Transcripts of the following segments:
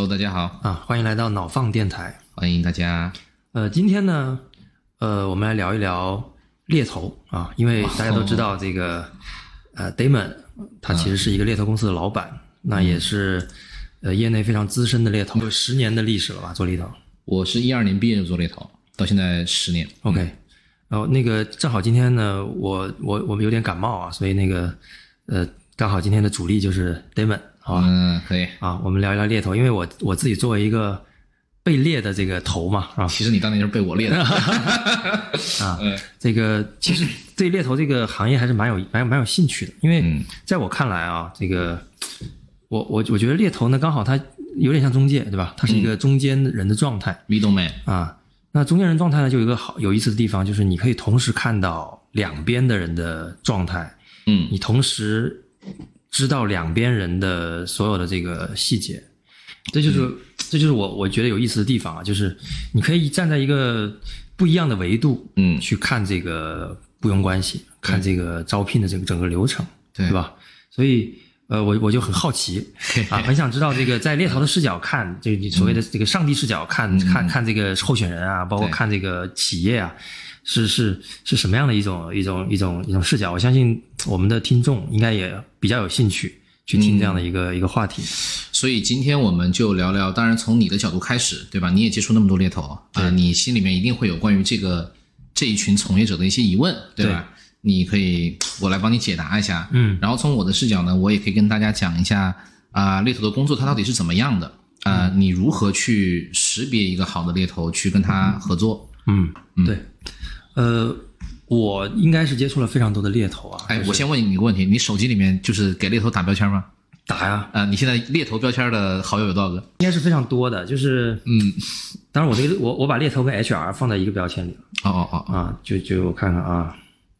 大家好啊，欢迎来到脑放电台， 欢迎大家。 今天呢，我们来聊一聊猎头啊，因为大家都知道这个Damon 他其实是一个猎头公司的老板，那也是业内非常资深的猎头，有10年的历史了吧，做猎头。 我是12年毕业就做猎头，到现在10年。 OK，然后那个正好今天呢，我们有点感冒啊，所以那个刚好今天的主力就是 Damon。好吧， 可以啊，我们聊一聊猎头，因为我自己作为一个被猎的这个头嘛，是吧？ 其实你当年就是被我猎的啊。这个其实对猎头这个行业还是蛮有兴趣的，因为在我看来啊，这个我觉得猎头呢，刚好它有点像中介，对吧？它是一个中间人的状态 ，middleman 啊。那中间人状态呢，就有一个有意思的地方，就是你可以同时看到两边的人的状态，你同时知道两边人的所有的这个细节，这就是我觉得有意思的地方啊，就是你可以站在一个不一样的维度，去看这个雇佣关系，看这个招聘的这个整个流程，对吧？所以我就很好奇啊，很想知道这个在猎头的视角看，这个所谓的这个上帝视角看这个候选人啊，包括看这个企业啊。是什么样的一种视角？我相信我们的听众应该也比较有兴趣去听这样的一个话题。 所以今天我们就聊聊，当然从你的角度开始，对吧？你也接触那么多猎头你心里面一定会有关于这一群从业者的一些疑问，对吧？你可以我来帮你解答一下，然后从我的视角呢，我也可以跟大家讲一下猎头的工作它到底是怎么样的你如何去识别一个好的猎头，去跟他合作。 对。我应该是接触了非常多的猎头啊。 我先问你一个问题，你手机里面就是给猎头打标签吗？ 打呀。 你现在猎头标签的好友有多少个？ 应该是非常多的，就是当然我把猎头跟 HR 放在一个标签里了。就我看看啊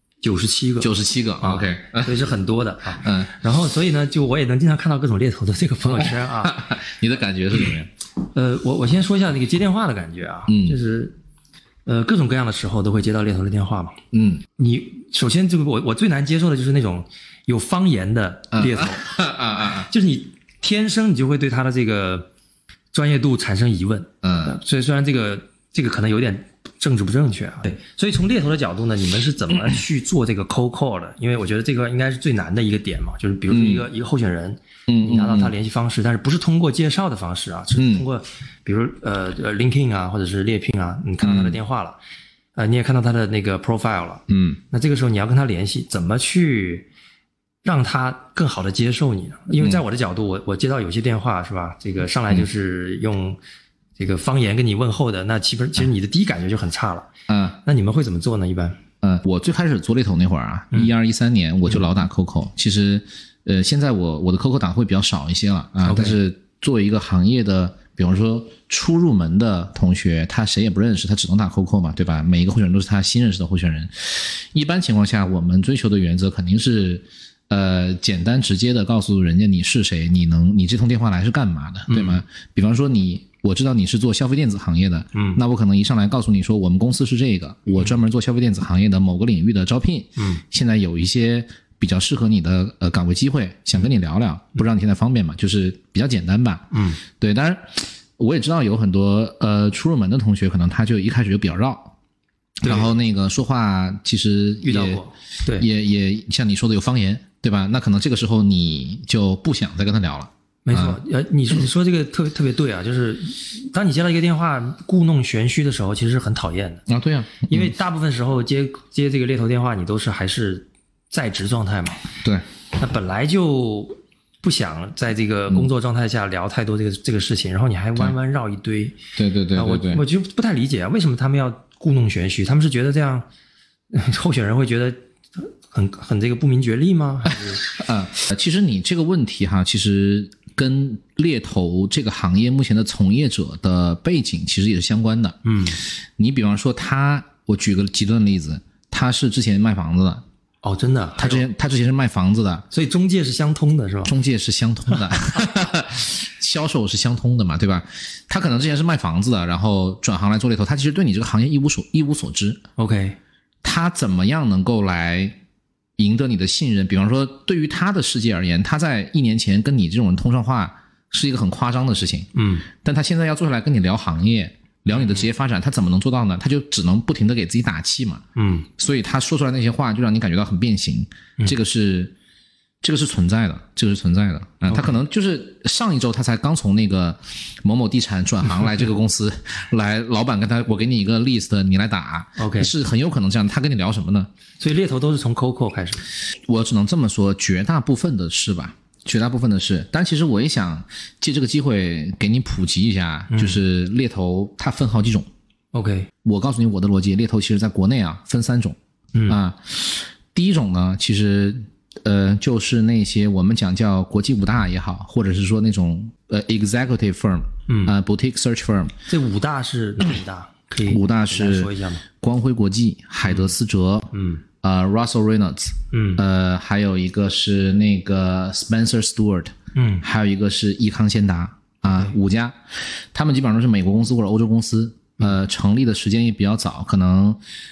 ，97个 OK， 所以是很多的啊。然后所以呢，就我也能经常看到各种猎头的这个朋友圈啊。 你的感觉是怎么样？ 我先说一下这个接电话的感觉啊，就是各种各样的时候都会接到猎头的电话嘛。你首先这个我最难接受的就是那种有方言的猎头就是你天生你就会对他的这个专业度产生疑问。所以虽然这个可能有点政治不正确啊。对，所以从猎头的角度呢，你们是怎么去做这个 cold call 的？因为我觉得这个应该是最难的一个点嘛，就是比如说一个候选人，你拿到他联系方式，但是不是通过介绍的方式啊，是通过比如LinkedIn 啊，或者是猎聘啊，你看到他的电话了，你也看到他的那个 profile 了，那这个时候你要跟他联系，怎么去让他更好的接受你呢？因为在我的角度，我接到有些电话是吧，这个上来就是用这个方言跟你问候的，那其实你的第一感觉就很差了。那你们会怎么做呢？一般？ 我最开始做猎头那会儿啊，12、13年我就老打 COCO。其实，现在我的 COCO 打会比较少一些了啊。但是作为一个行业的，比方说初入门的同学，他谁也不认识，他只能打 COCO 嘛，对吧？每一个候选人都是他新认识的候选人。一般情况下，我们追求的原则肯定是，简单直接的告诉人家你是谁，你这通电话来是干嘛的，对吗？比方说我知道你是做消费电子行业的，那我可能一上来告诉你说，我们公司是这个，我专门做消费电子行业的某个领域的招聘，现在有一些比较适合你的岗位机会，想跟你聊聊，不知道你现在方便吗？就是比较简单吧。对，当然我也知道有很多初入门的同学，可能他就一开始就比较绕，然后那个说话其实遇到过，对， 也像你说的有方言，对吧？那可能这个时候你就不想再跟他聊了。 没错，你说这个特别对啊，就是当你接到一个电话故弄玄虚的时候，其实是很讨厌的啊。对啊， 因为大部分时候接这个猎头电话，你都是还是在职状态嘛。对，那本来就不想在这个工作状态下聊太多这个事情，然后你还弯弯绕一堆。对，我就不太理解啊，为什么他们要故弄玄虚？他们是觉得这样候选人会觉得很这个不明觉厉吗？还是其实你这个问题哈，其实跟猎头这个行业目前的从业者的背景其实也是相关的。你比方说我举个极端的例子，他是之前卖房子的。 哦，真的？ 他之前是卖房子的， 所以中介是相通的是吧？ 中介是相通的销售是相通的嘛，对吧？他可能之前是卖房子的，然后转行来做猎头，他其实对你这个行业一无所知。 OK， 他怎么样能够来赢得你的信任？比方说对于他的世界而言，他在1年前跟你这种人通上话， 是一个很夸张的事情。但他现在要坐下来跟你聊行业，聊你的职业发展，他怎么能做到呢？他就只能不停的给自己打气嘛。所以他说出来那些话就让你感觉到很变形。这个是存在的，这个是存在的。他可能就是上一周他才刚从那个某某地产转行来这个公司，来老板跟他我给你一个 list 你来打。 OK， 是很有可能这样。他跟你聊什么呢？ 所以猎头都是从 COCO 开始。 我只能这么说，绝大部分的是吧？绝大部分的是，但其实我也想借这个机会给你普及一下，就是猎头它分好几种。 OK， 我告诉你我的逻辑，猎头其实在国内啊分3种。第一种呢，其实就是那些我们讲叫国际5大也好，或者是说那种executive firm，boutique search firm。 这5大是哪5大？可以 5大是说一下吗？ 光辉国际、海德思哲，Russell Reynolds，还有一个是那个 Spencer Stuart，还有一个是益康先达，5家，他们基本上都是美国公司或者欧洲公司，成立的时间也比较早，可能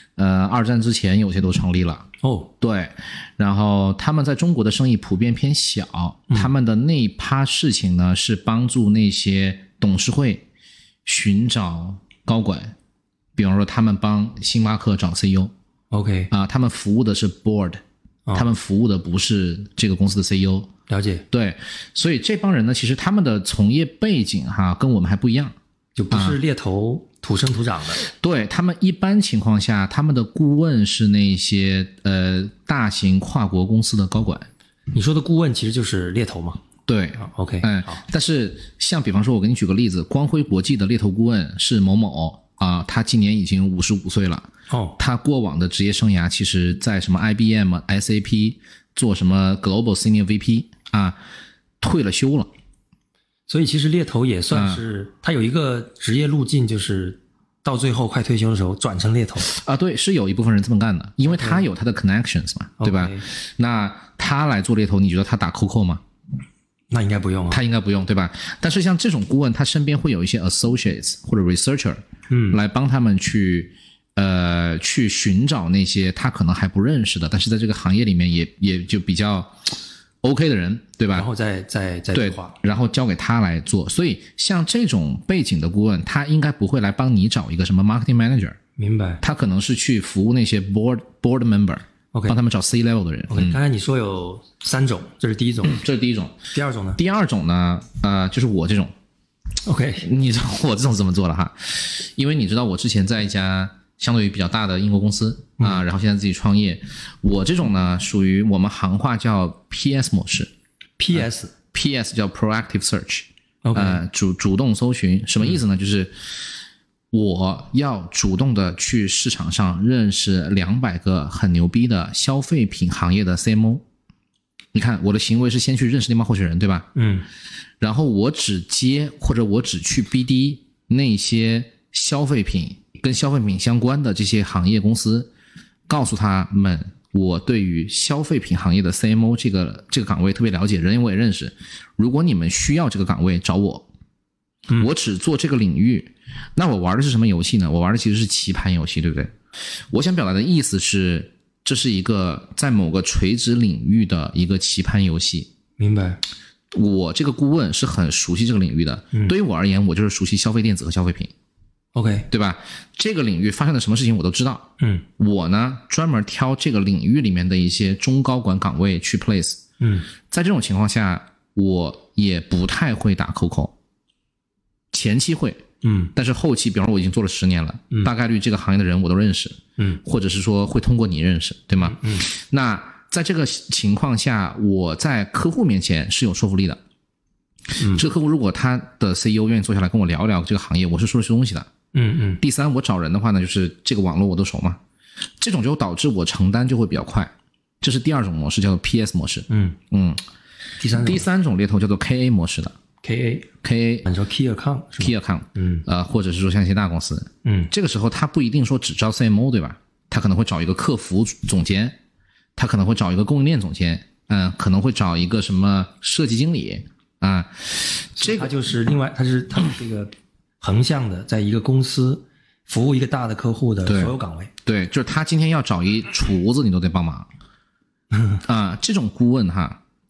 2战之前有些都成立了。对，然后他们在中国的生意普遍偏小，他们的那一趴事情呢是帮助那些董事会寻找高管，比方说他们帮星巴克找 CEO。OK 他们服务的是 board，他们服务的不是这个公司的 CEO。 了解。 对，所以这帮人呢，其实他们的从业背景跟我们还不一样， 就不是猎头土生土长的。 对，他们一般情况下，他们的顾问是那些大型跨国公司的高管。 你说的顾问其实就是猎头嘛？ 对。 OK， 但是像比方说，我给你举个例子，光辉国际的猎头顾问是某某。他今年已经55岁了。他过往的职业生涯其实在什么 IBM、SAP 做什么 Global Senior VP 退了休了。 所以其实猎头也算是他有一个职业路径，就是到最后快退休的时候转成猎头。 对，是有一部分人这么干的，因为他有他的 connections 嘛，对吧？那他来做猎头，你觉得他打 COCO 吗？ 那应该不用他应该不用，对吧？但是像这种顾问，他身边会有一些 associates 或者 researcher，来帮他们去寻找那些他可能还不认识的，但是在这个行业里面也就比较 OK 的人，对吧？ 然后再对话， 然后交给他来做。所以像这种背景的顾问，他应该不会来帮你找一个什么 marketing manager， 明白？他可能是去服务那些 board member。OK， 帮他们找 C level 的人。 OK， 刚才你说有3种，这是第一种。 这是第一种。 第二种呢？ 第二种呢，就是我这种。 OK， 你知道我这种怎么做了哈？因为你知道我之前在一家相对于比较大的英国公司然后现在自己创业。我这种呢，属于我们行话叫 PS 模式。PS 叫 proactive search。OK， 主动搜寻，什么意思呢？就是我要主动的去市场上认识200个很牛逼的消费品行业的 CMO。你看我的行为是先去认识那帮候选人，对吧？然后我只接或者我只去 BD 那些消费品跟消费品相关的这些行业公司，告诉他们我对于消费品行业的 CMO 这个岗位特别了解，人我也认识。如果你们需要这个岗位找我，我只做这个领域。那我玩的是什么游戏呢？我玩的其实是棋盘游戏，对不对？我想表达的意思是，这是一个在某个垂直领域的一个棋盘游戏。 明白。 我这个顾问是很熟悉这个领域的，对于我而言，我就是熟悉消费电子和消费品。 OK， 对吧？这个领域发生的什么事情我都知道。我呢专门挑这个领域里面的一些中高管岗位去 place。在这种情况下，我也不太会打 COCO。前期会，但是后期，比方说我已经做了10年了，大概率这个行业的人我都认识，或者是说会通过你认识，对吗？那在这个情况下，我在客户面前是有说服力的。这个客户如果他的 CEO 愿意坐下来跟我聊聊这个行业，我是说得出东西的。第三，我找人的话呢，就是这个网络我都熟嘛，这种就导致我承担就会比较快。这是第2种模式，叫做 PS 模式。第三种猎头叫做 KA 模式的。KA， 你说 Key Account， Key Account，或者是说像一些大公司，这个时候他不一定说只招 CMO， 对吧？他可能会找一个客服总监，他可能会找一个供应链总监，可能会找一个什么设计经理这个他就是另外，他是这个横向的，在一个公司服务一个大的客户的所有岗位。 对，就是他今天要找一厨子，你都得帮忙。这种顾问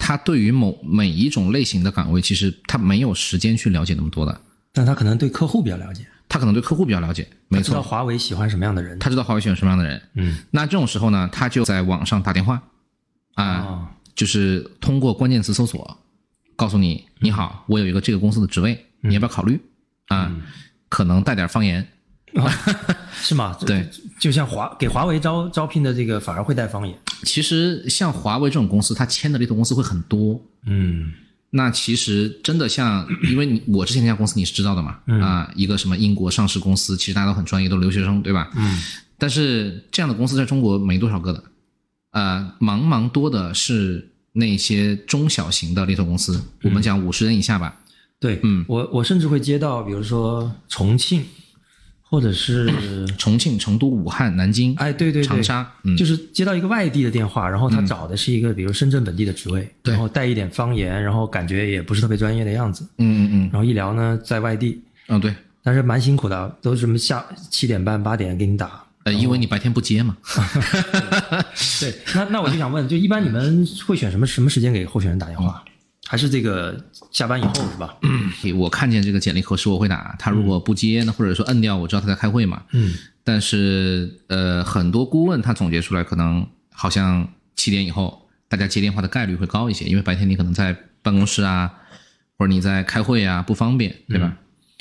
他对于每一种类型的岗位，其实他没有时间去了解那么多的。 但他可能对客户比较了解。 他可能对客户比较了解，没错。 他知道华为喜欢什么样的人。 他知道华为喜欢什么样的人。那这种时候呢，他就在网上打电话就是通过关键词搜索，告诉你，你好，我有一个这个公司的职位，你要不要考虑可能带点方言。 是吗？ 对， 就像给华为招聘的这个反而会带方言。 其实像华为这种公司，它签的猎头公司会很多。那其实真的像，因为我之前那家公司你是知道的嘛，一个什么英国上市公司，其实大家都很专业，都留学生，对吧？但是这样的公司在中国没多少个的，茫多的是那些中小型的猎头公司，我们讲50人以下吧。 对，我甚至会接到，比如说重庆。或者是重庆、成都、武汉、南京， 对， 长沙， 就是接到一个外地的电话，然后他找的是一个比如深圳本地的职位，然后带一点方言，然后感觉也不是特别专业的样子，然后一聊呢在外地， 对， 但是蛮辛苦的，都是什么下7点半8点给你打， 因为你白天不接嘛。 对，那我就想问，就一般你们会选什么时间给候选人打电话？还是这个下班以后是吧？ 我看见这个简历合适我会打，他如果不接呢，或者说摁掉，我知道他在开会嘛。但是很多顾问他总结出来，可能好像7点以后大家接电话的概率会高一些，因为白天你可能在办公室啊，或者你在开会啊不方便，对吧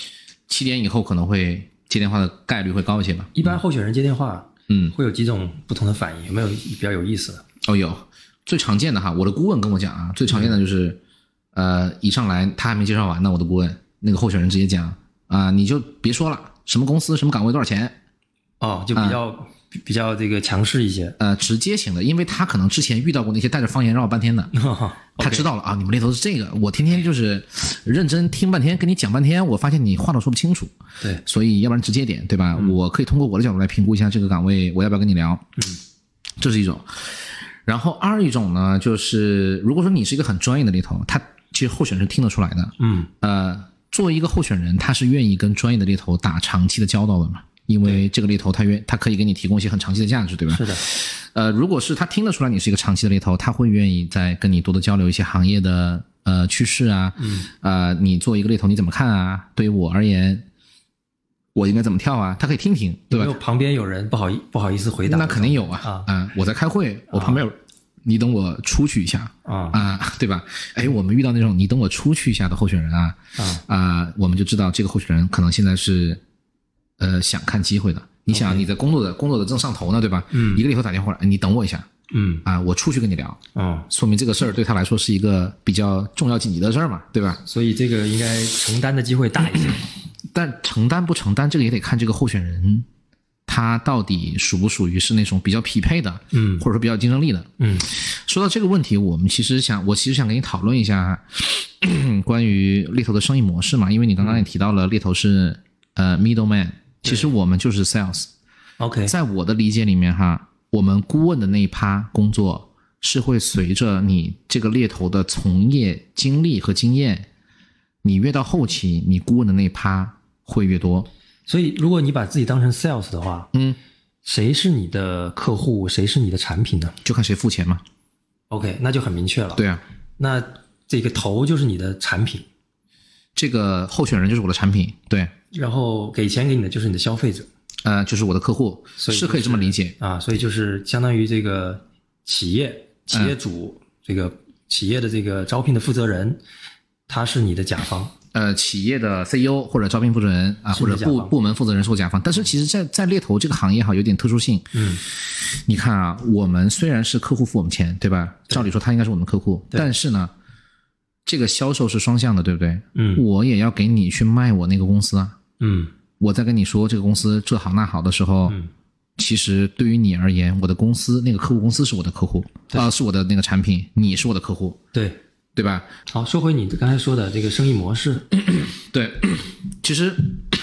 ？7点以后可能会接电话的概率会高一些吧。 一般候选人接电话，会有几种不同的反应，有没有比较有意思的？ 有，最常见的哈，我的顾问跟我讲啊，最常见的就是一上来他还没介绍完呢，我的顾问那个候选人直接讲你就别说了，什么公司什么岗位多少钱， 就比较这个强势一些， 直接型的，因为他可能之前遇到过那些带着方言绕半天的，他知道了你们猎头是这个，我天天就是认真听半天，跟你讲半天，我发现你话都说不清楚， 对， 所以要不然直接点，对吧？我可以通过我的角度来评估一下这个岗位，我要不要跟你聊，这是一种。然后一种呢，就是如果说你是一个很专业的猎头，他其实候选人听得出来的，作为一个候选人，他是愿意跟专业的猎头打长期的交道的嘛，因为这个猎头他可以给你提供一些很长期的价值，对吧？ 是的。 如果是他听得出来你是一个长期的猎头，他会愿意再跟你多交流一些行业的趋势啊，你作为一个猎头你怎么看啊？对于我而言，我应该怎么跳啊？他可以听听，对吧？ 有没有旁边有人不好意思回答？ 那肯定有我在开会，我旁边有。你等我出去一下对吧？我们遇到那种你等我出去一下的候选人我们就知道这个候选人可能现在是想看机会的。你想你在工作的正上头呢，对吧？一个猎头打电话来，你等我一下，我出去跟你聊，说明这个事儿对他来说是一个比较重要紧急的事儿嘛，对吧？ 所以这个应该承担的机会大一些。 但承担不承担，这个也得看这个候选人他到底属不属于是那种比较匹配的，或者说比较竞争力的。说到这个问题，我其实想跟你讨论一下关于猎头的生意模式嘛，因为你刚刚也提到了猎头是middleman， 其实我们就是 sales。OK， 在我的理解里面我们顾问的那一趴工作是会随着你这个猎头的从业经历和经验，你越到后期，你顾问的那一趴会越多。 所以如果你把自己当成 sales 的话，谁是你的客户，谁是你的产品呢？ 就看谁付钱嘛。 OK， 那就很明确了。 对啊， 那这个头就是你的产品， 这个候选人就是我的产品，对。 然后给钱给你的就是你的消费者， 就是我的客户，是可以这么理解所以就是相当于这个企业主，这个企业的这个招聘的负责人，他是你的甲方。 企业的 CEO 或者招聘负责人或者部门负责人是我甲方，但是其实在猎头这个行业有点特殊性。你看我们虽然是客户付我们钱，对吧？照理说他应该是我们的客户，但是呢，这个销售是双向的，对不对？我也要给你去卖我那个公司我在跟你说这个公司这好那好的时候，其实对于你而言，我的公司那个客户公司是我的客户是我的那个产品，你是我的客户，对吧？ 好，说回你刚才说的这个生意模式。 对，其实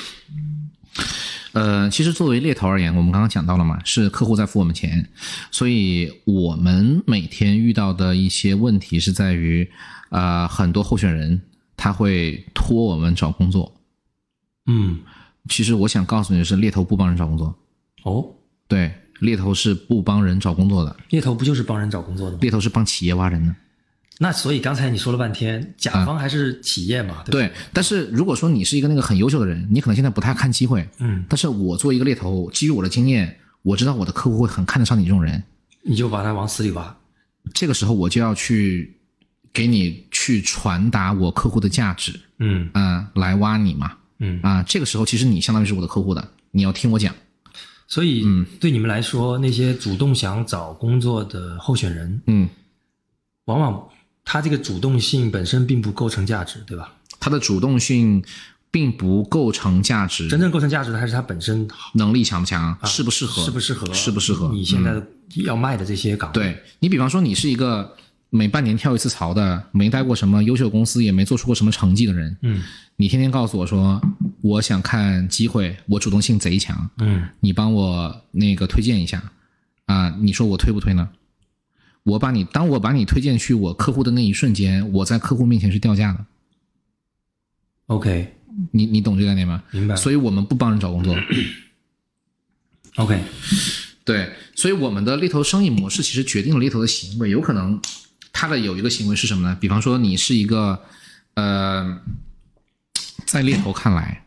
作为猎头而言，我们刚刚讲到了嘛，是客户在付我们钱，所以我们每天遇到的一些问题是在于很多候选人他会托我们找工作。其实我想告诉你的是，猎头不帮人找工作。对，猎头是不帮人找工作的。 猎头不就是帮人找工作的吗？ 猎头是帮企业挖人的。 那所以刚才你说了半天，甲方还是企业嘛， 对。但是如果说你是一个那个很优秀的人，你可能现在不太看机会，但是我作为一个猎头，基于我的经验，我知道我的客户会很看得上你这种人， 你就把他往死里挖。 这个时候我就要去给你去传达我客户的价值，来挖你嘛，这个时候其实你相当于是我的客户的，你要听我讲。 所以对你们来说，那些主动想找工作的候选人，往往他这个主动性本身并不构成价值，对吧？ 他的主动性并不构成价值， 真正构成价值的还是他本身能力强不强，适不适合，适不适合你现在要卖的这些岗位。 对，你比方说你是一个每半年跳一次槽的，没待过什么优秀公司，也没做出过什么成绩的人，你天天告诉我说我想看机会，我主动性贼强，你帮我那个推荐一下你说我推不推呢？当我把你推荐去我客户的那一瞬间，我在客户面前是掉价的。 OK， 你懂这个概念吗？ 明白。 所以我们不帮人找工作。 OK， 对，所以我们的猎头生意模式其实决定了猎头的行为，有可能他的有一个行为是什么呢？比方说你是一个在猎头看来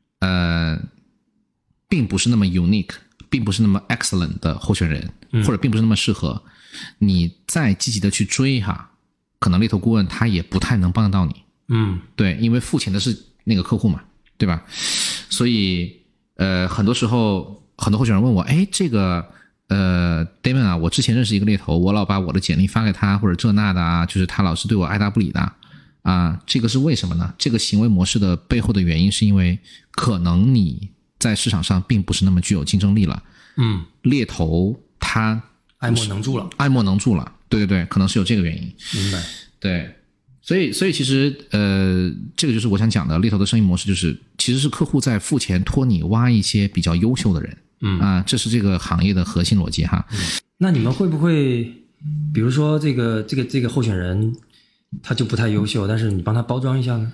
并不是那么 unique， 并不是那么 excellent 的候选人，或者并不是那么适合，你再积极的去追可能猎头顾问他也不太能帮得到你。对，因为付钱的是那个客户嘛，对吧？所以很多时候很多候选人问我，这个Damon 我之前认识一个猎头，我老把我的简历发给他或者这那的就是他老是对我爱答不理的这个是为什么呢？这个行为模式的背后的原因是因为可能你在市场上并不是那么具有竞争力了。猎头他爱莫能助了， 对对对，可能是有这个原因。 明白。 对，所以其实这个就是我想讲的猎头的生意模式，就是其实是客户在付钱托你挖一些比较优秀的人。这是这个行业的核心逻辑哈。 那你们会不会比如说这个候选人他就不太优秀，但是你帮他包装一下呢？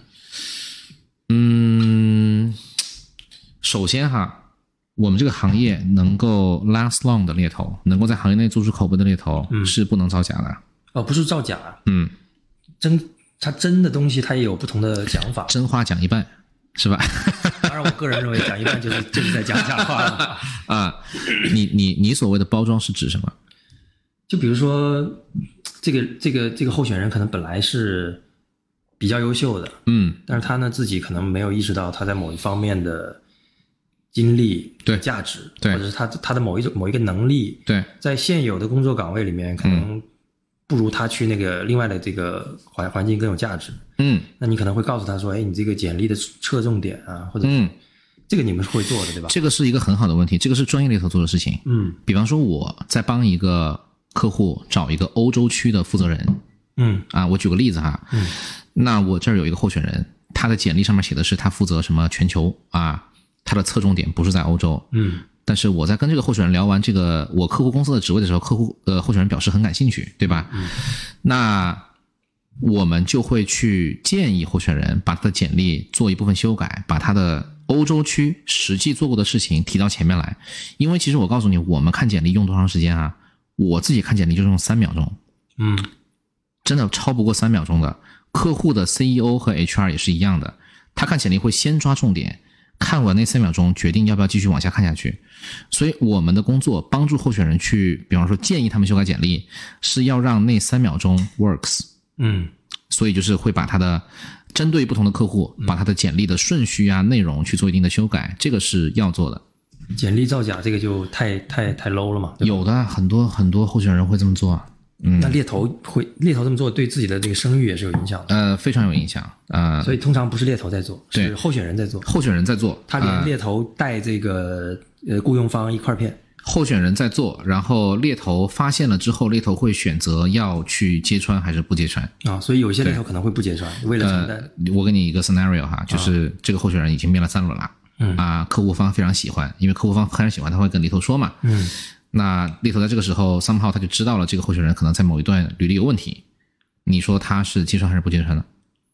首先我们这个行业能够 last long 的猎头，能够在行业内做出口碑的猎头，是不能造假的。 不是造假。他真的东西他也有不同的讲法。 真话讲一半，是吧？ 当然我个人认为讲一半就是在讲假话了。 你所谓的包装是指什么？ 就比如说这个候选人可能本来是比较优秀的，但是他呢自己可能没有意识到他在某一方面的精力、对价值，对，或者是他的某一个能力，对，在现有的工作岗位里面可能不如他去那个另外的这个环境更有价值。那你可能会告诉他说，你这个简历的侧重点或者这个你们是会做的，对吧？这个是一个很好的问题，这个是专业猎头做的事情。比方说我在帮一个客户找一个欧洲区的负责人，我举个例子那我这儿有一个候选人，他的简历上面写的是他负责什么全球他的侧重点不是在欧洲，但是我在跟这个候选人聊完这个我客户公司的职位的时候，候选人表示很感兴趣，对吧？那我们就会去建议候选人把他的简历做一部分修改，把他的欧洲区实际做过的事情提到前面来。因为其实我告诉你，我们看简历用多长时间我自己看简历就用3秒钟，真的超不过3秒钟的。客户的 CEO 和 HR 也是一样的，他看简历会先抓重点，看完那3秒钟决定要不要继续往下看下去。所以我们的工作帮助候选人去，比方说建议他们修改简历，是要让那3秒钟 works。所以就是会把他的针对不同的客户，把他的简历的顺序内容去做一定的修改，这个是要做的。简历造假这个就太 low 了嘛？ 有的很多候选人会这么做。 那猎头这么做对自己的这个声誉也是有影响的。 非常有影响。 所以通常不是猎头在做，是候选人在做。候选人在做，他连猎头带这个雇佣方一块骗。候选人在做，然后猎头发现了之后，猎头会选择要去揭穿还是不揭穿所以有些猎头可能会不揭穿，为了承担。我给你一个 scenario 就是这个候选人已经面了3轮了，客户方非常喜欢，因为客户方非常喜欢，他会跟猎头说嘛，那猎头在这个时候 somehow 他就知道了这个候选人可能在某一段履历有问题，你说他是揭穿还是不揭穿呢？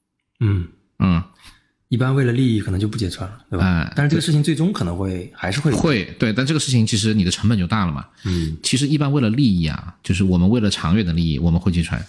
一般为了利益可能就不揭穿了，对吧？但是这个事情最终可能还是会对，但这个事情其实你的成本就大了嘛。其实一般为了利益就是我们为了长远的利益我们会揭穿，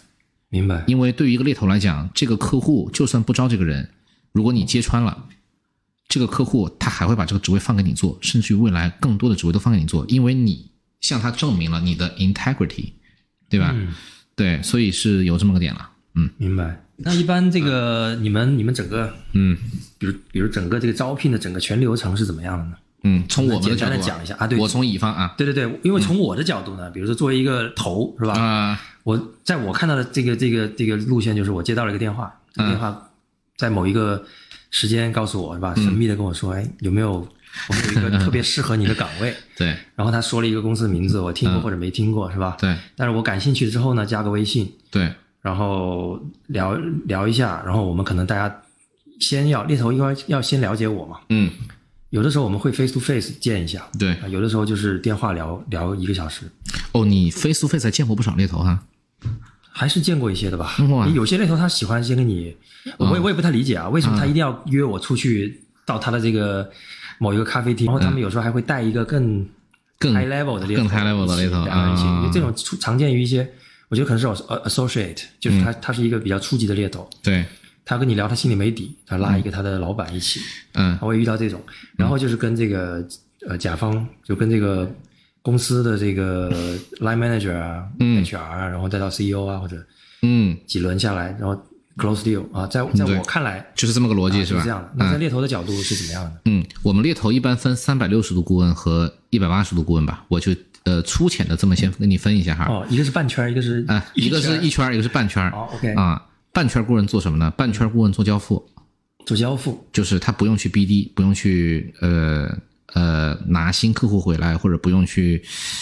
明白。 因为对于一个猎头来讲，这个客户就算不招这个人，如果你揭穿了，这个客户他还会把这个职位放给你做，甚至于未来更多的职位都放给你做，因为你向他证明了你的 integrity， 对吧？对，所以是有这么个点了。 明白。那一般这个你们整个比如整个这个招聘的整个全流程是怎么样的呢？ 从我们的角度简单的讲一下啊，对， 我从乙方啊， 对，因为从我的角度呢，比如说作为一个头是吧？我在我看到的这个路线就是我接到了一个电话，这个电话在某一个时间告诉我是吧？神秘的跟我说，有没有我们有一个特别适合你的岗位？ 对。 然后他说了一个公司的名字，我听过或者没听过是吧？ 对。 但是我感兴趣之后呢，加个微信。 对。 然后聊一下，然后我们可能大家猎头应该要先了解我嘛。有的时候我们会 face to face 见一下。 对。 有的时候就是电话聊1个小时。 哦，你 face to face 还见过不少猎头哈？ 还是见过一些的吧。有些猎头他喜欢先跟你，我也不太理解啊，为什么他一定要约我出去到他的这个某一个咖啡厅，然后他们有时候还会带一个更 high level 的猎头， 更 high level 的猎头， 两个人一起，因为这种常见于一些，我觉得可能是 associate， 就是他是一个比较初级的猎头。 对。 他跟你聊，他心里没底，他拉一个他的老板一起。我也遇到这种，然后就是跟这个甲方，就跟这个公司的这个 line manager 啊、HR 啊，然后再到 CEO 啊，或者几轮下来，然后 close deal 啊，在我看来就是这么个逻辑，是吧？ 是这样的。那在猎头的角度是怎么样的？ 我们猎头一般分360度顾问和180度顾问吧，我就粗浅的这么先跟你分一下哈。 一个是半圈，一个是一个是一圈，一个是半圈。 OK 半圈顾问做什么呢？半圈顾问做交付，就是他不用去 BD， 不用去拿新客户回来，或者不用去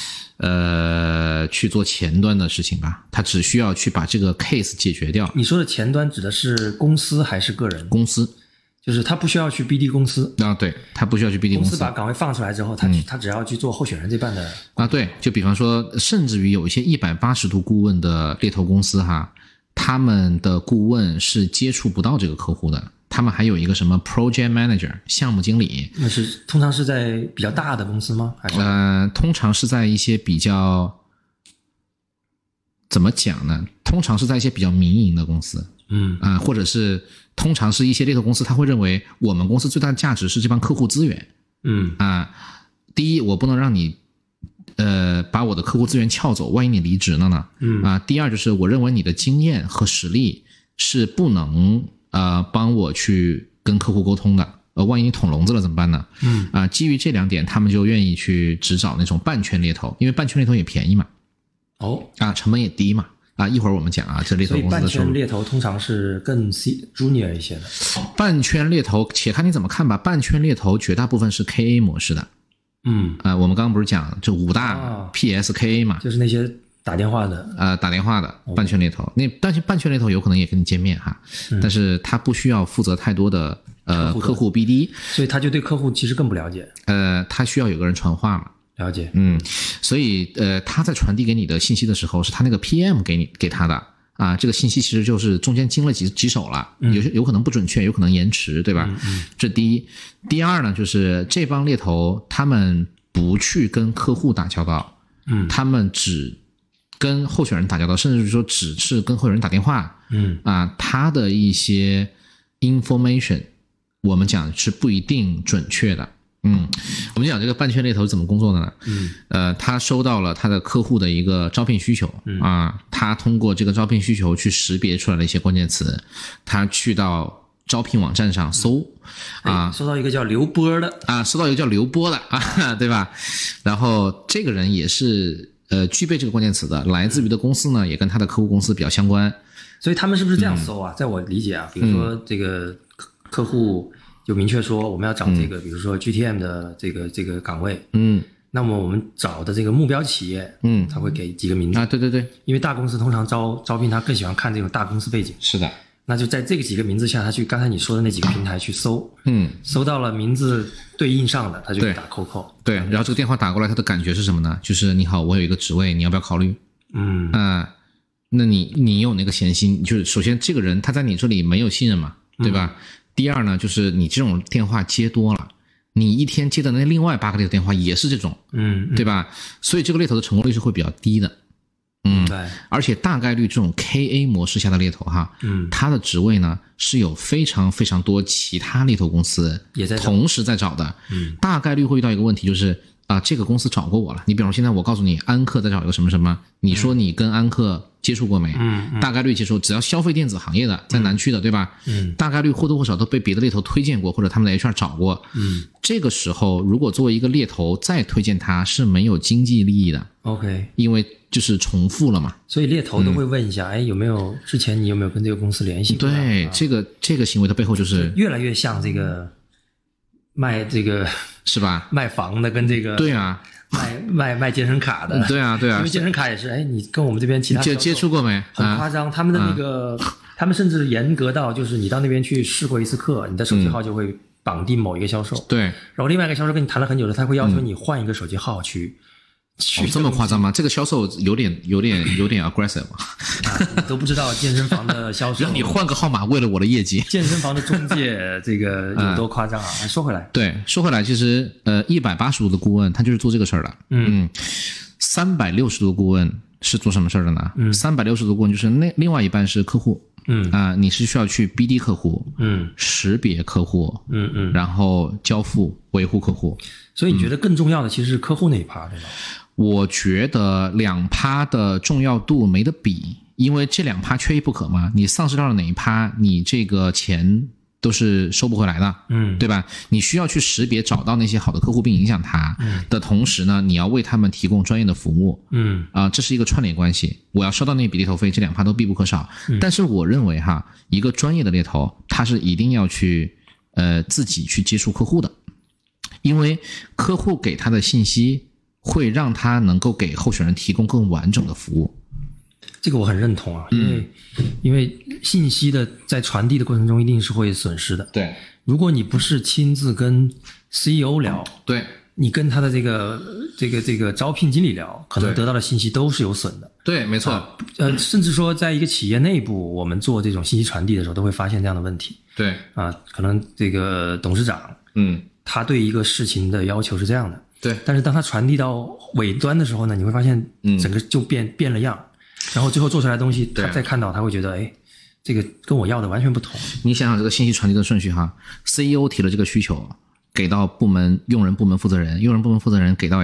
做前端的事情吧，他只需要去把这个 case 解决掉。 你说的前端指的是公司还是个人？ 公司， 就是他不需要去 BD 公司对，他不需要去 BD 公司。 公司把岗位放出来之后，他只要去做候选人这半的对，就比方说，甚至于有一些180度顾问的猎头公司哈。他们的顾问是接触不到这个客户的，他们还有一个什么 project manager 项目经理， 那是通常是在比较大的公司吗？还是通常是在一些比较怎么讲呢？通常是在一些比较民营的公司，或者是通常是一些猎头公司，他会认为我们公司最大的价值是这帮客户资源，第一，我不能让你把我的客户资源撬走，万一你离职了呢？第二就是我认为你的经验和实力是不能帮我去跟客户沟通的，万一你捅笼子了怎么办呢？基于这2点，他们就愿意去只找那种半圈猎头，因为半圈猎头也便宜嘛，成本也低嘛。一会儿我们讲这猎头公司的收入。 所以半圈猎头通常是更 junior 一些的。 半圈猎头，且看你怎么看吧。半圈猎头绝大部分是 KA 模式的。我们刚刚不是讲这5大 PSKA 嘛， 就是那些打电话的半圈猎头。但是半圈猎头有可能也跟你见面哈，但是他不需要负责太多的客户 BD， 所以他就对客户其实更不了解。 他需要有个人传话嘛。 了解。 所以他在传递给你的信息的时候，是他那个 PM 给他的。这个信息其实就是中间经了几手了，有可能不准确，有可能延迟，对吧？这第一。第二呢，就是这帮猎头他们不去跟客户打交道，他们只跟候选人打交道，甚至说只是跟候选人打电话，他的一些 information 我们讲是不一定准确的。我们讲这个半圈猎头怎么工作的呢？他收到了他的客户的一个招聘需求，他通过这个招聘需求去识别出来了一些关键词，他去到招聘网站上搜， 收到一个叫刘波的， 对吧？然后这个人也是具备这个关键词的，来自于的公司呢也跟他的客户公司比较相关， 所以他们是不是这样搜在我理解比如说这个客户就明确说我们要找这个，比如说 GTM 的这个岗位，那么我们找的这个目标企业，他会给几个名字对， 因为大公司通常招聘他更喜欢看这种大公司背景， 是的， 那就在这个几个名字下，他去刚才你说的那几个平台去搜，搜到了名字对应上的，他就打 COCO， 对，然后这个电话打过来，他的感觉是什么呢？就是你好，我有一个职位，你要不要考虑？那你有那个闲心，就是首先这个人他在你这里没有信任嘛，对吧？第二呢，就是你这种电话接多了，你一天接的那另外8个猎头电话也是这种，对吧？所以这个猎头的成功率是会比较低的。 白。 而且大概率这种 KA 模式下的猎头哈，它的职位呢是有非常非常多其他猎头公司也在同时在找的，大概率会遇到一个问题就是这个公司找过我了。你比方说现在我告诉你安克在找一个什么什么，你说你跟安克接触过没？大概率接触，只要消费电子行业的在南区的，对吧？大概率或多或少都被别的猎头推荐过，或者他们的 HR 找过。这个时候如果作为一个猎头再推荐他是没有经济利益的。 OK， 因为就是重复了嘛。 所以猎头都会问一下，哎，有没有之前你有没有跟这个公司联系过？ 对，这个行为的背后就是越来越像这个卖这个是吧？ 卖房的跟这个对啊。 卖健身卡的， 对啊， 因为健身卡也是，哎，你跟我们这边其他接触过没？ 很夸张，他们的那个，他们甚至严格到，就是你到那边去试过一次课，你的手机号就会绑定某一个销售， 对， 然后另外一个销售跟你谈了很久的，他会要求你换一个手机号去。 这么夸张吗？这个销售有点 aggressive 你都不知道健身房的销售让你换个号码为了我的业绩， 健身房的中介这个有多夸张啊？说回来， 对，说回来，其实180度的顾问他就是做这个事儿的。360度顾问是做什么事儿的呢？360度顾问就是另外一半是客户。你是需要去 BD 客户，识别客户，然后交付维护客户。 所以你觉得更重要的其实是客户那一趴，对吧？ 我觉得2趴的重要度没得比，因为这2趴缺一不可嘛。你丧失掉了哪一趴，你这个钱都是收不回来的，对吧？你需要去识别找到那些好的客户并影响他的同时呢，你要为他们提供专业的服务，这是一个串联关系。我要收到那笔猎头费，这2趴都必不可少。但是我认为哈，一个专业的猎头他是一定要去自己去接触客户的，因为客户给他的信息会让他能够给候选人提供更完整的服务。 这个我很认同啊，因为信息的在传递的过程中一定是会损失的。 对， 如果你不是亲自跟 CEO 聊， 对， 你跟他的这个招聘经理聊，可能得到的信息都是有损的。 对，没错。 甚至说在一个企业内部，我们做这种信息传递的时候，都会发现这样的问题。 对， 可能这个董事长，他对一个事情的要求是这样的， 对， 但是当他传递到尾端的时候呢，你会发现整个就变了样。然后最后做出来的东西，他再看到他会觉得，哎，这个跟我要的完全不同。 你想想这个信息传递的顺序哈 ，CEO 提了这个需求，给到部门用人部门负责人，用人部门负责人给到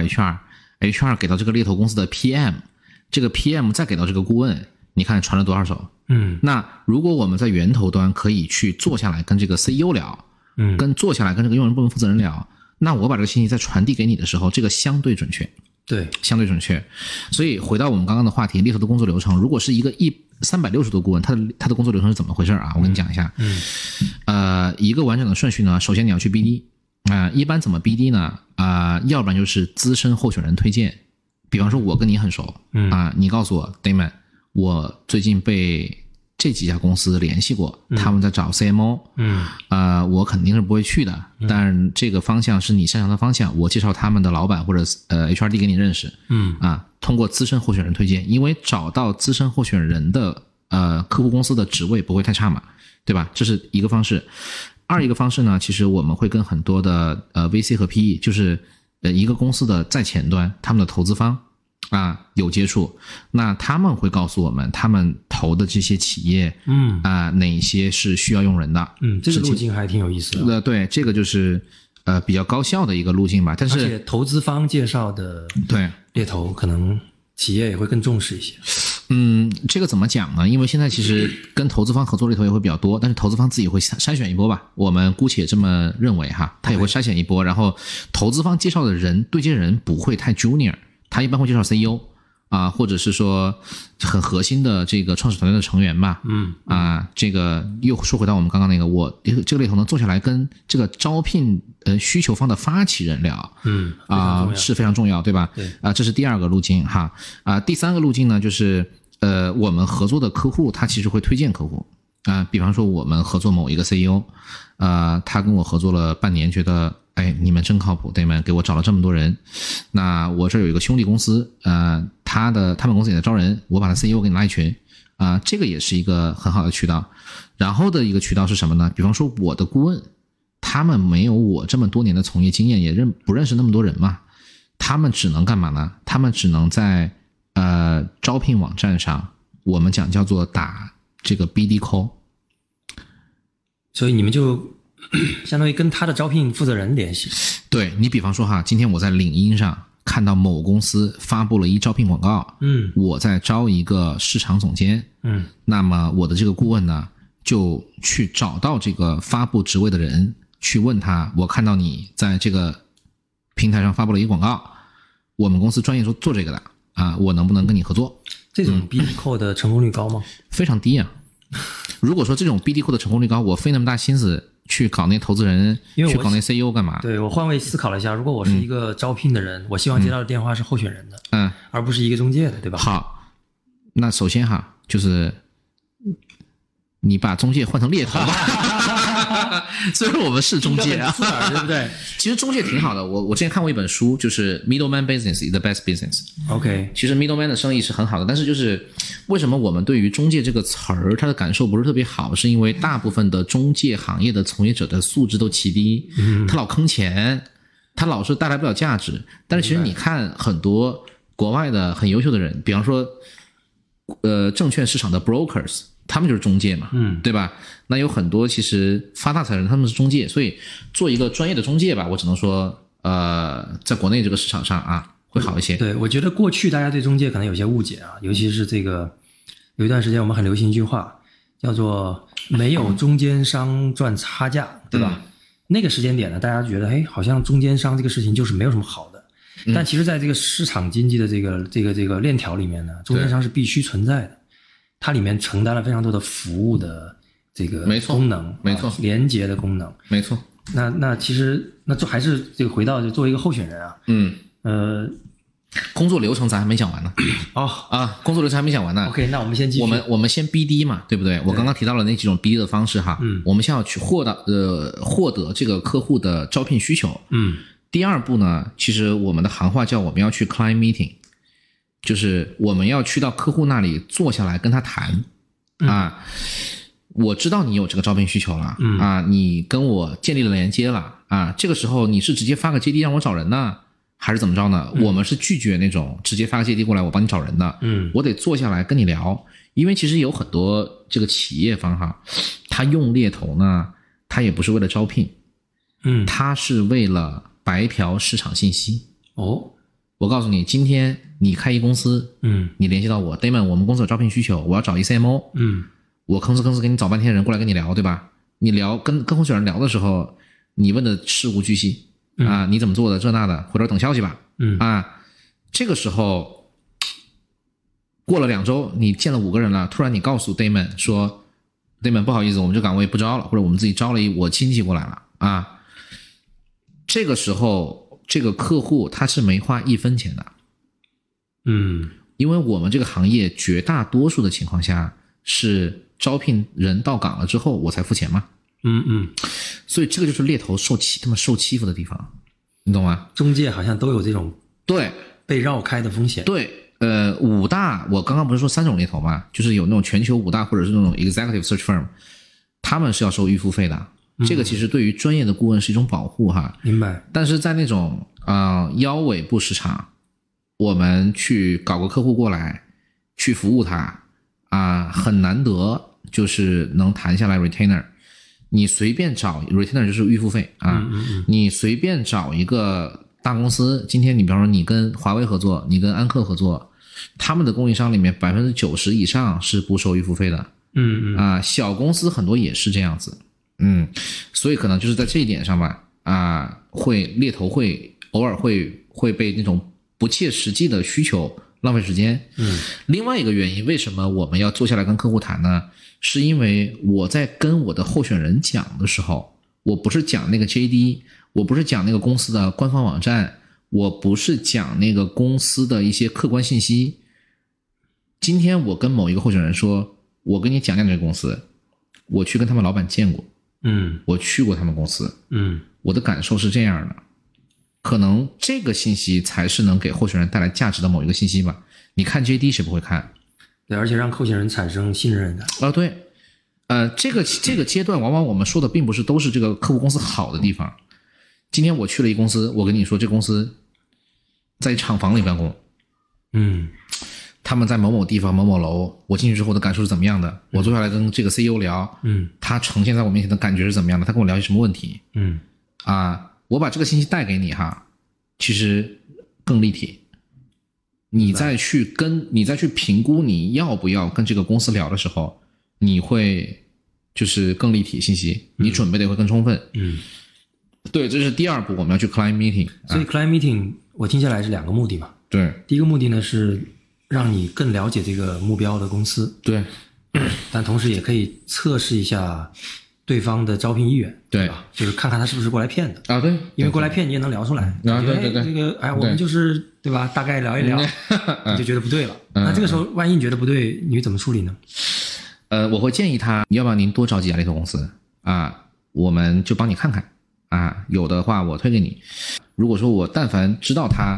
HR 给到这个猎头公司的 PM， 这个 PM 再给到这个顾问，你看传了多少手？那如果我们在源头端可以去坐下来跟这个 CEO 聊，坐下来跟这个用人部门负责人聊，那我把这个信息再传递给你的时候，这个相对准确。 对，相对准确。所以回到我们刚刚的话题，猎头的工作流程，如果是一个360度顾问，他的工作流程是怎么回事啊？我跟你讲一下。一个完整的顺序呢，首先你要去 BD，一般怎么 BD 呢？要不然就是资深候选人推荐，比方说我跟你很熟，你告诉我 Damon， 我最近被这几家公司联系过，他们在找 CMO，我肯定是不会去的，但这个方向是你擅长的方向，我介绍他们的老板或者HRD 给你认识，通过资深候选人推荐，因为找到资深候选人的客户公司的职位不会太差嘛，对吧？这是一个方式。二一个方式呢，其实我们会跟很多的VC 和 PE， 就是一个公司的在前端，他们的投资方有接触，那他们会告诉我们他们投的这些企业哪些是需要用人的， 这个路径还挺有意思的。 对，这个就是比较高效的一个路径吧。但是而且投资方介绍的对猎头可能企业也会更重视一些。 这个怎么讲呢？因为现在其实跟投资方合作猎头也会比较多，但是投资方自己会筛选一波吧，我们姑且这么认为哈，他也会筛选一波，然后投资方介绍的人对接人不会太 junior， 他一般会介绍 CEO 或者是说很核心的这个创始团队的成员吧。这个又说回到我们刚刚那个，我这个猎头呢坐下来跟这个招聘需求方的发起人聊，是非常重要，对吧？ 对这是第二个路径哈。第三个路径呢，就是我们合作的客户他其实会推荐客户比方说我们合作某一个 CEO，他跟我合作了半年，觉得你们真靠谱，对吗？给我找了这么多人，那我这有一个兄弟公司，他们公司也在招人，我把他 CEO 给你拉一群，这个也是一个很好的渠道。然后的一个渠道是什么呢？比方说我的顾问，他们没有我这么多年的从业经验，也不认识那么多人嘛，他们只能干嘛呢？他们只能在招聘网站上，我们讲叫做打这个 BD call， 所以你们就相当于跟他的招聘负责人联系。 对，你比方说哈，今天我在领英上看到某公司发布了一招聘广告，我在招一个市场总监，那么我的这个顾问呢，就去找到这个发布职位的人，去问他，我看到你在这个平台上发布了一个广告，我们公司专业做这个的啊，我能不能跟你合作？ 这种 BD call 的成功率高吗？ 非常低啊。如果说这种 BD call 的成功率高，我费那么大心思去搞那投资人，去搞那 CEO 干嘛？ 对，我换位思考了一下，如果我是一个招聘的人，我希望接到的电话是候选人的，而不是一个中介的，对吧？ 好，那首先哈，就是你把中介换成猎头吧。虽然我们是中介啊， 对不对？ 其实中介挺好的。我之前看过一本书，就是 Middleman Business is the best business。OK， 其实 Middleman 的生意是很好的，但是就是为什么我们对于中介这个词儿，它的感受不是特别好，是因为大部分的中介行业的从业者的素质都奇低，他老坑钱，他老是带来不了价值。但是其实你看很多国外的很优秀的人，比方说证券市场的 brokers。他们就是中介嘛，对吧？那有很多其实发大财的人，他们是中介，所以做一个专业的中介吧，我只能说，在国内这个市场上啊，会好一些。 对，我觉得过去大家对中介可能有些误解啊，尤其是这个有一段时间我们很流行一句话，叫做没有中间商赚差价，对吧？那个时间点呢，大家觉得，好像中间商这个事情就是没有什么好的，但其实在这个市场经济的这个链条里面呢，中间商是必须存在的。它里面承担了非常多的服务的这个功能， 没错， 连接的功能， 没错。 那其实就还是这个回到就作为一个候选人啊， 工作流程咱还没讲完呢。工作流程还没讲完呢。 OK， 那我们先继续。 我们先 BD 嘛，对不对？我刚刚提到了那几种 BD 的方式哈，我们先要去获得这个客户的招聘需求。第二步呢，其实我们的行话叫我们要去 client meeting。就是我们要去到客户那里坐下来跟他谈我知道你有这个招聘需求了你跟我建立了连接了这个时候你是直接发个 JD 让我找人呢，还是怎么着呢？我们是拒绝那种直接发个 JD 过来我帮你找人的，我得坐下来跟你聊，因为其实有很多这个企业方哈，他用猎头呢，他也不是为了招聘，他是为了白嫖市场信息。我告诉你，今天你开一公司，你联系到我 Damon， 我们公司有招聘需求，我要找一 CMO，我吭哧给你找半天人过来跟你聊，对吧？你聊跟候选人聊的时候，你问的事无巨细你怎么做的这那的，回头等消息吧，这个时候过了2周，你见了5个人了，突然你告诉 Damon 说 Damon 不好意思，我们这岗位不招了，或者我们自己招了我亲戚过来了这个时候这个客户他是没花1分钱的，因为我们这个行业绝大多数的情况下是招聘人到岗了之后我才付钱嘛，所以这个就是猎头他们受欺负的地方，你懂吗？ 中介好像都有这种对被绕开的风险。 对，5大我刚刚不是说3种猎头嘛，就是有那种全球5大或者是那种 executive search firm， 他们是要收预付费的。这个其实对于专业的顾问是一种保护哈， 明白。 但是在那种腰尾部市场，我们去搞个客户过来，去服务他很难得就是能谈下来 retainer。你随便找 retainer 就是预付费你随便找一个大公司，今天你比方说你跟华为合作，你跟安克合作，他们的供应商里面90%以上是不收预付费的，小公司很多也是这样子。所以可能就是在这一点上吧，猎头会偶尔会被那种不切实际的需求浪费时间。另外一个原因，为什么我们要坐下来跟客户谈呢？是因为我在跟我的候选人讲的时候，我不是讲那个 JD， 我不是讲那个公司的官方网站，我不是讲那个公司的一些客观信息。今天我跟某一个候选人说，我跟你讲讲这个公司，我去跟他们老板见过。我去过他们公司，我的感受是这样的，可能这个信息才是能给候选人带来价值的某一个信息吧。你看 JD 谁不会看？ 对，而且让候选人产生信任的。 对，这个阶段往往我们说的并不是都是这个客户公司好的地方。今天我去了一公司，我跟你说这公司在厂房里办公， 他们在某某地方某某楼，我进去之后的感受是怎么样的，我坐下来跟这个 CEO 聊，他呈现在我面前的感觉是怎么样的，他跟我聊些什么问题，我把这个信息带给你哈，其实更立体。你再去评估你要不要跟这个公司聊的时候，你会就是更立体信息，你准备的会更充分。对，这是第二步，我们要去 client meeting。 所以 client meeting 我听下来是2个目的嘛。 对， 第一个目的呢是让你更了解这个目标的公司。 对， 但同时也可以测试一下对方的招聘意愿， 对吧？就是看看他是不是过来骗的啊？对， 因为过来骗你也能聊出来。 对， 这个我们就是对吧？大概聊一聊，你就觉得不对了。那这个时候万一你觉得不对，你怎么处理呢？ 我会建议他，要不然您多找几家猎头公司啊，我们就帮你看看啊，有的话我推给你。如果说我但凡知道他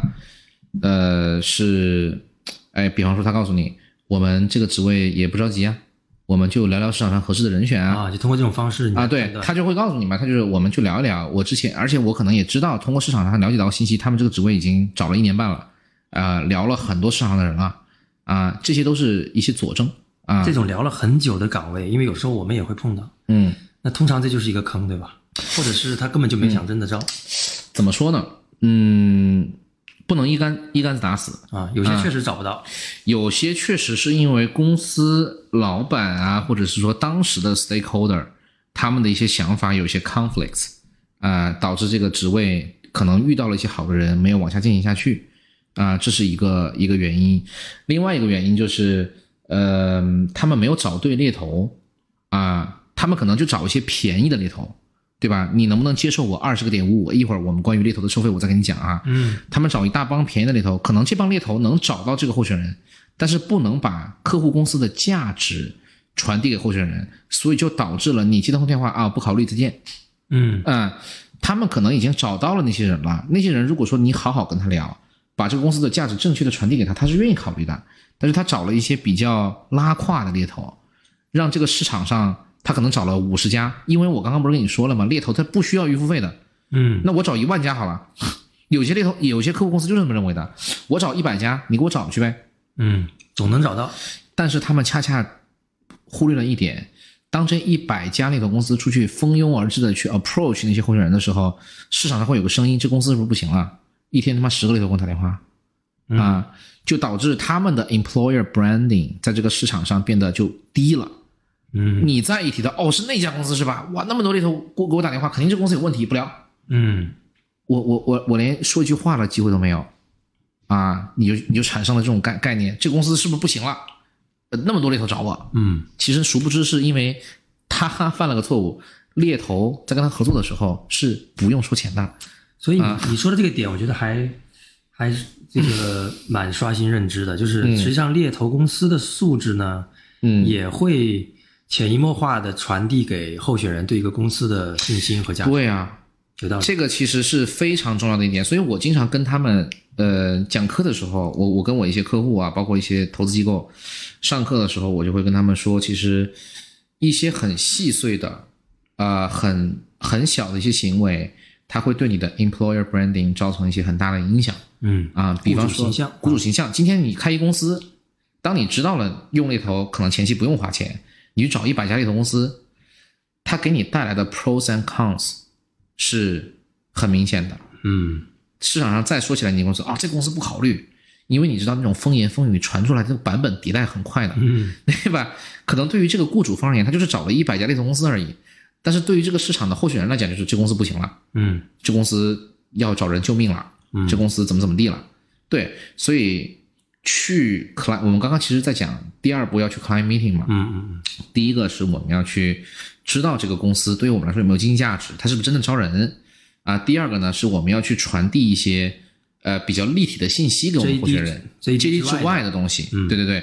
比方说他告诉你，我们这个职位也不着急啊。我们就聊聊市场上合适的人选啊， 就通过这种方式对，他就会告诉你嘛，他就是我们就聊一聊。而且我可能也知道，通过市场上了解到信息，他们这个职位已经找了1年半了，聊了很多市场上的人了，这些都是一些佐证啊。 这种聊了很久的岗位，因为有时候我们也会碰到，那通常这就是一个坑，对吧？或者是他根本就没想真的招。 怎么说呢？不能一竿子打死啊，有些确实找不到， 有些确实是因为公司老板啊，或者是说当时的 stakeholder 他们的一些想法有一些 conflicts 导致这个职位可能遇到了一些好的人没有往下进行下去这是一个原因。另外一个原因就是他们没有找对猎头他们可能就找一些便宜的猎头。对吧？你能不能接受我20个点55？一会儿我们关于猎头的收费我再跟你讲啊。他们找一大帮便宜的猎头，可能这帮猎头能找到这个候选人，但是不能把客户公司的价值传递给候选人，所以就导致了你接通电话不考虑再见。他们可能已经找到了那些人了，那些人如果说你好好跟他聊，把这个公司的价值正确的传递给他，他是愿意考虑的。但是他找了一些比较拉胯的猎头，让这个市场上他可能找了50家，因为我刚刚不是跟你说了吗？猎头他不需要预付费的。那我找10000家好了。有些猎头，有些客户公司就是这么认为的。我找100家，你给我找去呗。 总能找到。 但是他们恰恰忽略了一点，当这100家猎头公司出去蜂拥而至的去 approach 那些候选人的时候，市场上会有个声音，这公司是不是不行了？一天他妈10个猎头给我打电话就导致他们的 employer branding 在这个市场上变得就低了。你再一提到是那家公司是吧？哇，那么多猎头给我打电话，肯定这公司有问题，不聊。我连说一句话的机会都没有你就产生了这种概念，这公司是不是不行了？那么多猎头找我。其实殊不知是因为他犯了个错误，猎头在跟他合作的时候是不用收钱的。 所以你说的这个点，我觉得还是这个蛮刷新认知的，就是实际上猎头公司的素质呢，也会潜移默化的传递给候选人对一个公司的信心和价值。 对啊， 有道理。 这个其实是非常重要的一点，所以我经常跟他们讲课的时候，我跟我一些客户包括一些投资机构上课的时候，我就会跟他们说，其实一些很细碎的很小的一些行为，它会对你的 employer branding 造成一些很大的影响。比方说雇主形象。今天你开一公司，当你知道了用猎头可能前期不用花钱，你去找100家猎头公司，它给你带来的 pros and cons 是很明显的。市场上再说起来，你公司这个公司不考虑，因为你知道那种风言风语传出来，这个版本迭代很快的，对吧？可能对于这个雇主方而言，他就是找了100家猎头公司而已，但是对于这个市场的候选人来讲，就是这公司不行了，这公司要找人救命了，这公司怎么地了。对，所以我们刚刚其实在讲第二步要去 client meeting 嘛。第一个是我们要去知道这个公司对于我们来说有没有经济价值，它是不是真的招人第二个呢是我们要去传递一些比较立体的信息给我们候选人，阶级之外的东西。对对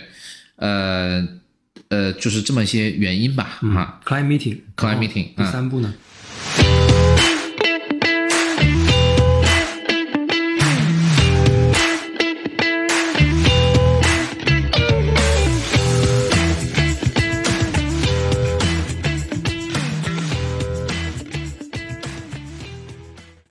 对，就是这么一些原因吧。 client meeting 第 3步呢？